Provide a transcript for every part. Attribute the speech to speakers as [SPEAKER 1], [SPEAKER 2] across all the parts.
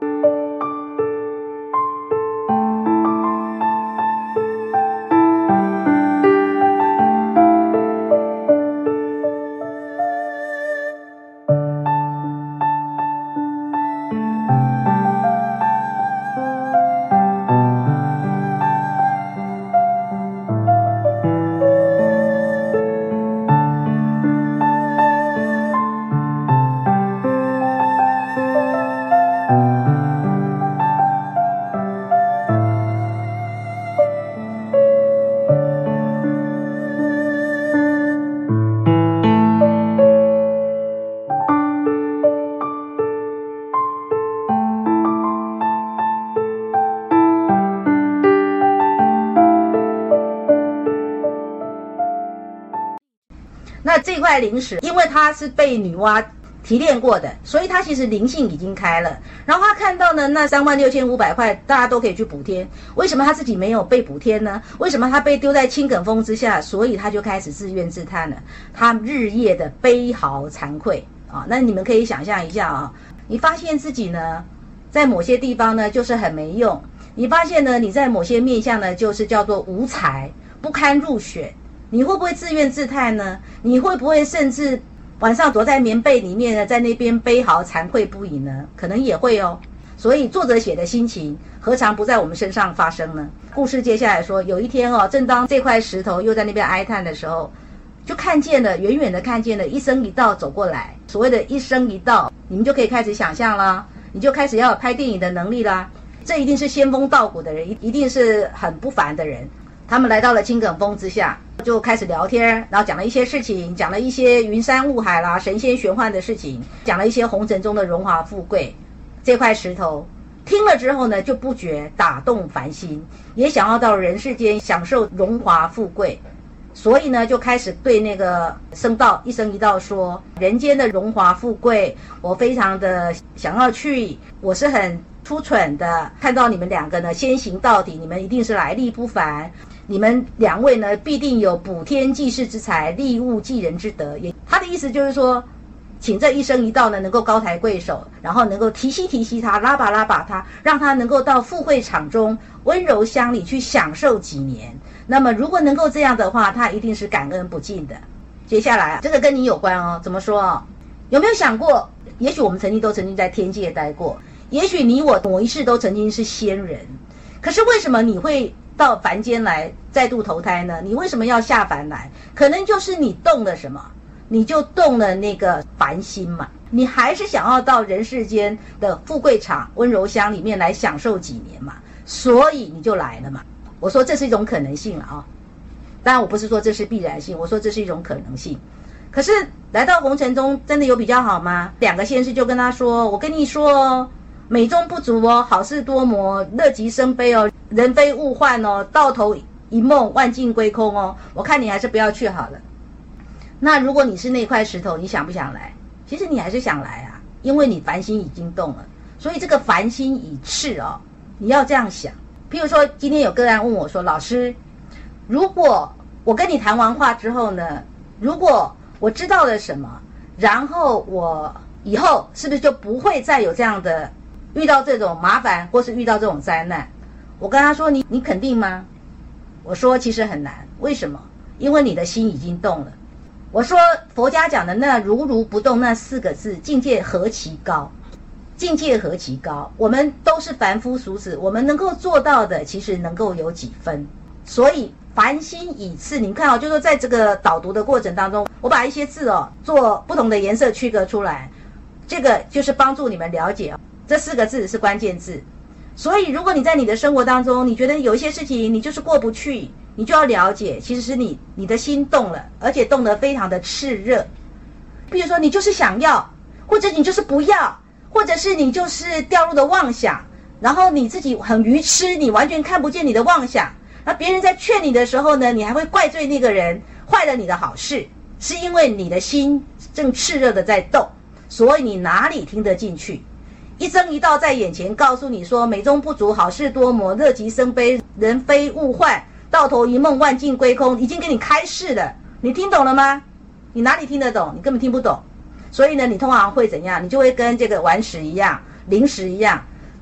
[SPEAKER 1] 那这块灵石，因为它是被女娲提炼过的，所以它其实灵性已经开了。然后他看到呢，那36500块大家都可以去补天，为什么他自己没有被补天呢？为什么他被丢在青埂峰之下？所以他就开始自怨自叹了，他日夜的悲嚎惭愧啊。那你们可以想象一下啊，你发现自己呢，在某些地方呢就是很没用，你发现呢你在某些面向呢就是叫做无才，不堪入选。你会不会自怨自叹呢？你会不会甚至晚上躲在棉被里面呢，在那边悲嚎惭愧不已呢？可能也会哦。所以作者写的心情何尝不在我们身上发生呢？故事接下来说，有一天哦，正当这块石头又在那边哀叹的时候，就看见了，远远的看见了一生一道走过来。所谓的一生一道，你们就可以开始想象啦，你就开始要有拍电影的能力啦。这一定是仙风道骨的人，一定是很不凡的人。他们来到了青埂峰之下，就开始聊天，然后讲了一些事情，讲了一些云山雾海啦、神仙玄幻的事情，讲了一些红尘中的荣华富贵。这块石头听了之后呢，就不觉打动凡心，也想要到人世间享受荣华富贵，所以呢，就开始对那个僧道一生一道说：人间的荣华富贵，我非常的想要去，我是很出蠢的，看到你们两个呢先行到底，你们一定是来历不凡。你们两位呢，必定有补天济世之才，利物济人之德。他的意思就是说，请这一生一道呢，能够高抬贵手，然后能够提携他，拉拔他，让他能够到富贵场中温柔乡里去享受几年。那么，如果能够这样的话，他一定是感恩不尽的。接下来这个跟你有关哦，怎么说哦？有没有想过，也许我们曾经在天界待过，也许你我某一世都曾经是仙人，可是为什么你会到凡间来再度投胎呢？你为什么要下凡来？可能就是你动了什么，你就动了那个凡心嘛。你还是想要到人世间的富贵场、温柔乡里面来享受几年嘛，所以你就来了嘛。我说这是一种可能性了啊，当然我不是说这是必然性，我说这是一种可能性。可是来到红尘中真的有比较好吗？两个仙师就跟他说：我跟你说哦，美中不足哦，好事多磨，乐极生悲哦，人非物换哦，到头一梦，万境归空哦。我看你还是不要去好了。那如果你是那块石头，你想不想来？其实你还是想来啊，因为你凡心已经动了，所以这个凡心已炽哦，你要这样想。譬如说，今天有个人问我说：老师，如果我跟你谈完话之后呢，如果我知道了什么，然后我以后是不是就不会再有这样的遇到这种麻烦，或是遇到这种灾难？我跟他说：你肯定吗？我说其实很难。为什么？因为你的心已经动了。我说佛家讲的那如如不动那4个字，境界何其高，境界何其高。我们都是凡夫俗子，我们能够做到的其实能够有几分。所以凡心已炽，你看就是说在这个导读的过程当中，我把一些字做不同的颜色区隔出来，这个就是帮助你们了解这4个字是关键字。所以如果你在你的生活当中，你觉得有一些事情你就是过不去，你就要了解，其实是你的心动了，而且动得非常的炽热。比如说你就是想要，或者你就是不要，或者是你就是掉入的妄想，然后你自己很愚痴，你完全看不见你的妄想。那别人在劝你的时候呢，你还会怪罪那个人坏了你的好事，是因为你的心正炽热的在动，所以你哪里听得进去？一生一道在眼前告诉你说，美中不足，好事多磨，乐极生悲，人非物换，到头一梦，万境归空，已经给你开示了，你听懂了吗？你哪里听得懂？你根本听不懂。所以呢，你通常会怎样？你就会跟这个顽石一样，灵石一样，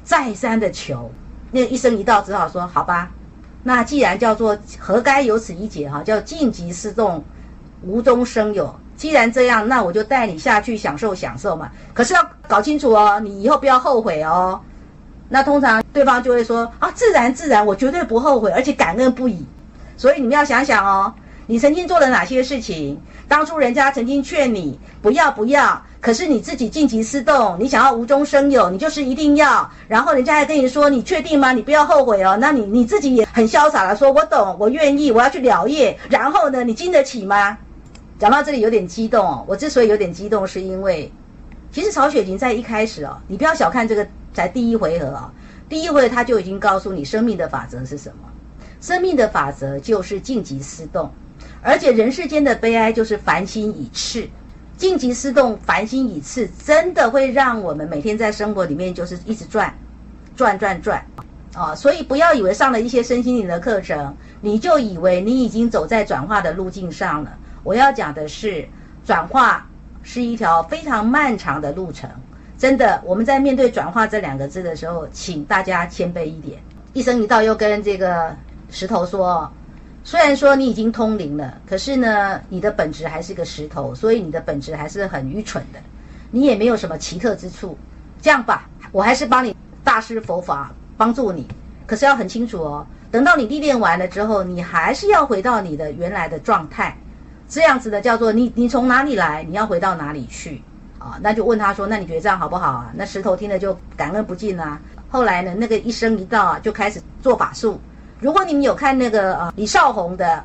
[SPEAKER 1] 再三的求，那一生一道只好说好吧，那既然叫做何该有此一劫哈，叫尽极思动，无中生有。既然这样，那我就带你下去享受享受嘛。可是要搞清楚哦，你以后不要后悔哦。那通常对方就会说啊，自然自然，我绝对不后悔，而且感恩不已。所以你们要想想哦，你曾经做了哪些事情？当初人家曾经劝你不要不要，可是你自己尽极思动，你想要无中生有，你就是一定要。然后人家还跟你说，你确定吗？你不要后悔哦。那你自己也很潇洒的说，我懂，我愿意，我要去了业。然后呢，你经得起吗？讲到这里有点激动哦。我之所以有点激动，是因为其实曹雪芹在一开始哦，你不要小看这个才第一回合哦，第一回合他就已经告诉你生命的法则是什么。生命的法则就是尽极思动，而且人世间的悲哀就是烦心已炽。尽极思动，烦心已炽，真的会让我们每天在生活里面就是一直转所以不要以为上了一些身心灵的课程，你就以为你已经走在转化的路径上了。我要讲的是，转化是一条非常漫长的路程。真的，我们在面对转化这两个字的时候，请大家谦卑一点。一生一道又跟这个石头说，虽然说你已经通灵了，可是呢，你的本质还是个石头，所以你的本质还是很愚蠢的，你也没有什么奇特之处。这样吧，我还是帮你大施佛法帮助你，可是要很清楚哦，等到你历练完了之后，你还是要回到你的原来的状态。这样子的叫做你从哪里来，你要回到哪里去啊？那就问他说，那你觉得这样好不好啊？那石头听了就感恩不尽啊。后来呢，那个一生一道啊，就开始做法术。如果你们有看那个李少红的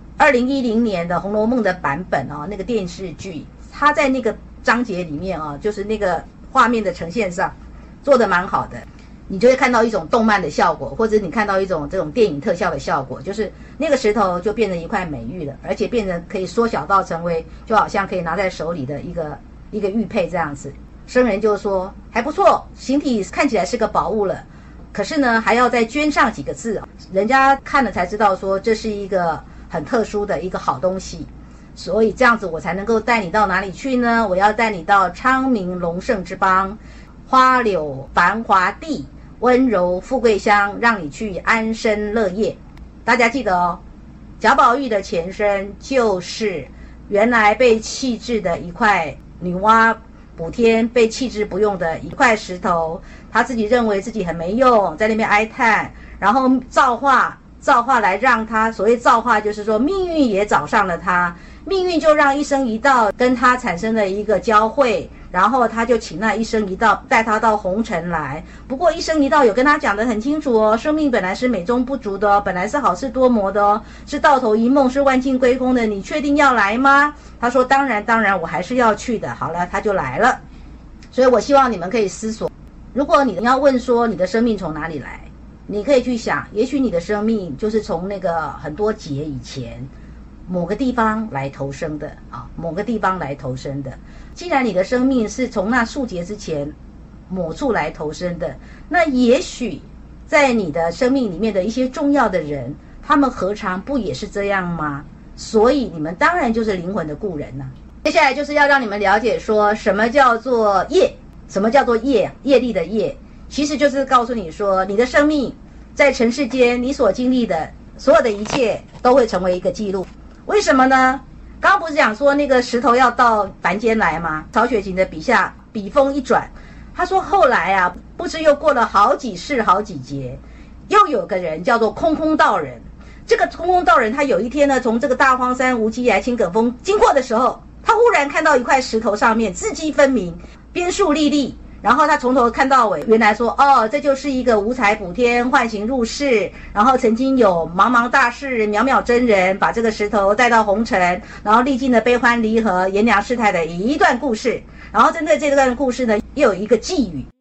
[SPEAKER 1] 2010年的《红楼梦》的版本那个电视剧，他在那个章节里面就是那个画面的呈现上做得蛮好的。你就会看到一种动漫的效果，或者你看到一种这种电影特效的效果，就是那个石头就变成一块美玉了，而且变成可以缩小到成为就好像可以拿在手里的一个玉佩这样子。僧人就说还不错，形体看起来是个宝物了，可是呢还要再捐上几个字，人家看了才知道说这是一个很特殊的一个好东西，所以这样子我才能够带你到哪里去呢？我要带你到昌明隆盛之邦，花柳繁华地，温柔富贵乡，让你去安身乐业。大家记得哦，贾宝玉的前身就是原来被弃置的一块女娲补天被弃置不用的一块石头，他自己认为自己很没用，在那边哀叹，然后造化来让他，所谓造化就是说命运也找上了他，命运就让一生一道跟他产生了一个交汇，然后他就请那一生一道带他到红尘来。不过一生一道有跟他讲得很清楚哦，生命本来是美中不足的哦，本来是好事多磨的哦，是到头一梦，是万境归空的，你确定要来吗？他说当然，我还是要去的。好了，他就来了。所以我希望你们可以思索，如果你要问说你的生命从哪里来，你可以去想，也许你的生命就是从那个很多劫以前某个地方来投生的某个地方来投生的。既然你的生命是从那数劫之前某处来投生的，那也许在你的生命里面的一些重要的人，他们何尝不也是这样吗？所以你们当然就是灵魂的故人呐。接下来就是要让你们了解说什么叫做业，什么叫做业力的业，其实就是告诉你说，你的生命在尘世间你所经历的所有的一切都会成为一个记录。为什么呢？刚刚不是讲说那个石头要到凡间来吗？曹雪芹的笔下笔锋一转，他说后来啊，不知又过了好几世好几劫，又有个人叫做空空道人。这个空空道人他有一天呢，从这个大荒山无稽崖青埂峰经过的时候，他忽然看到一块石头上面字迹分明，边树立立，然后他从头看到尾，原来说这就是一个无才补天唤形入世，然后曾经有茫茫大士渺渺真人把这个石头带到红尘，然后历尽了悲欢离合炎凉世态的一段故事。然后针对这段故事呢，又有一个寄语，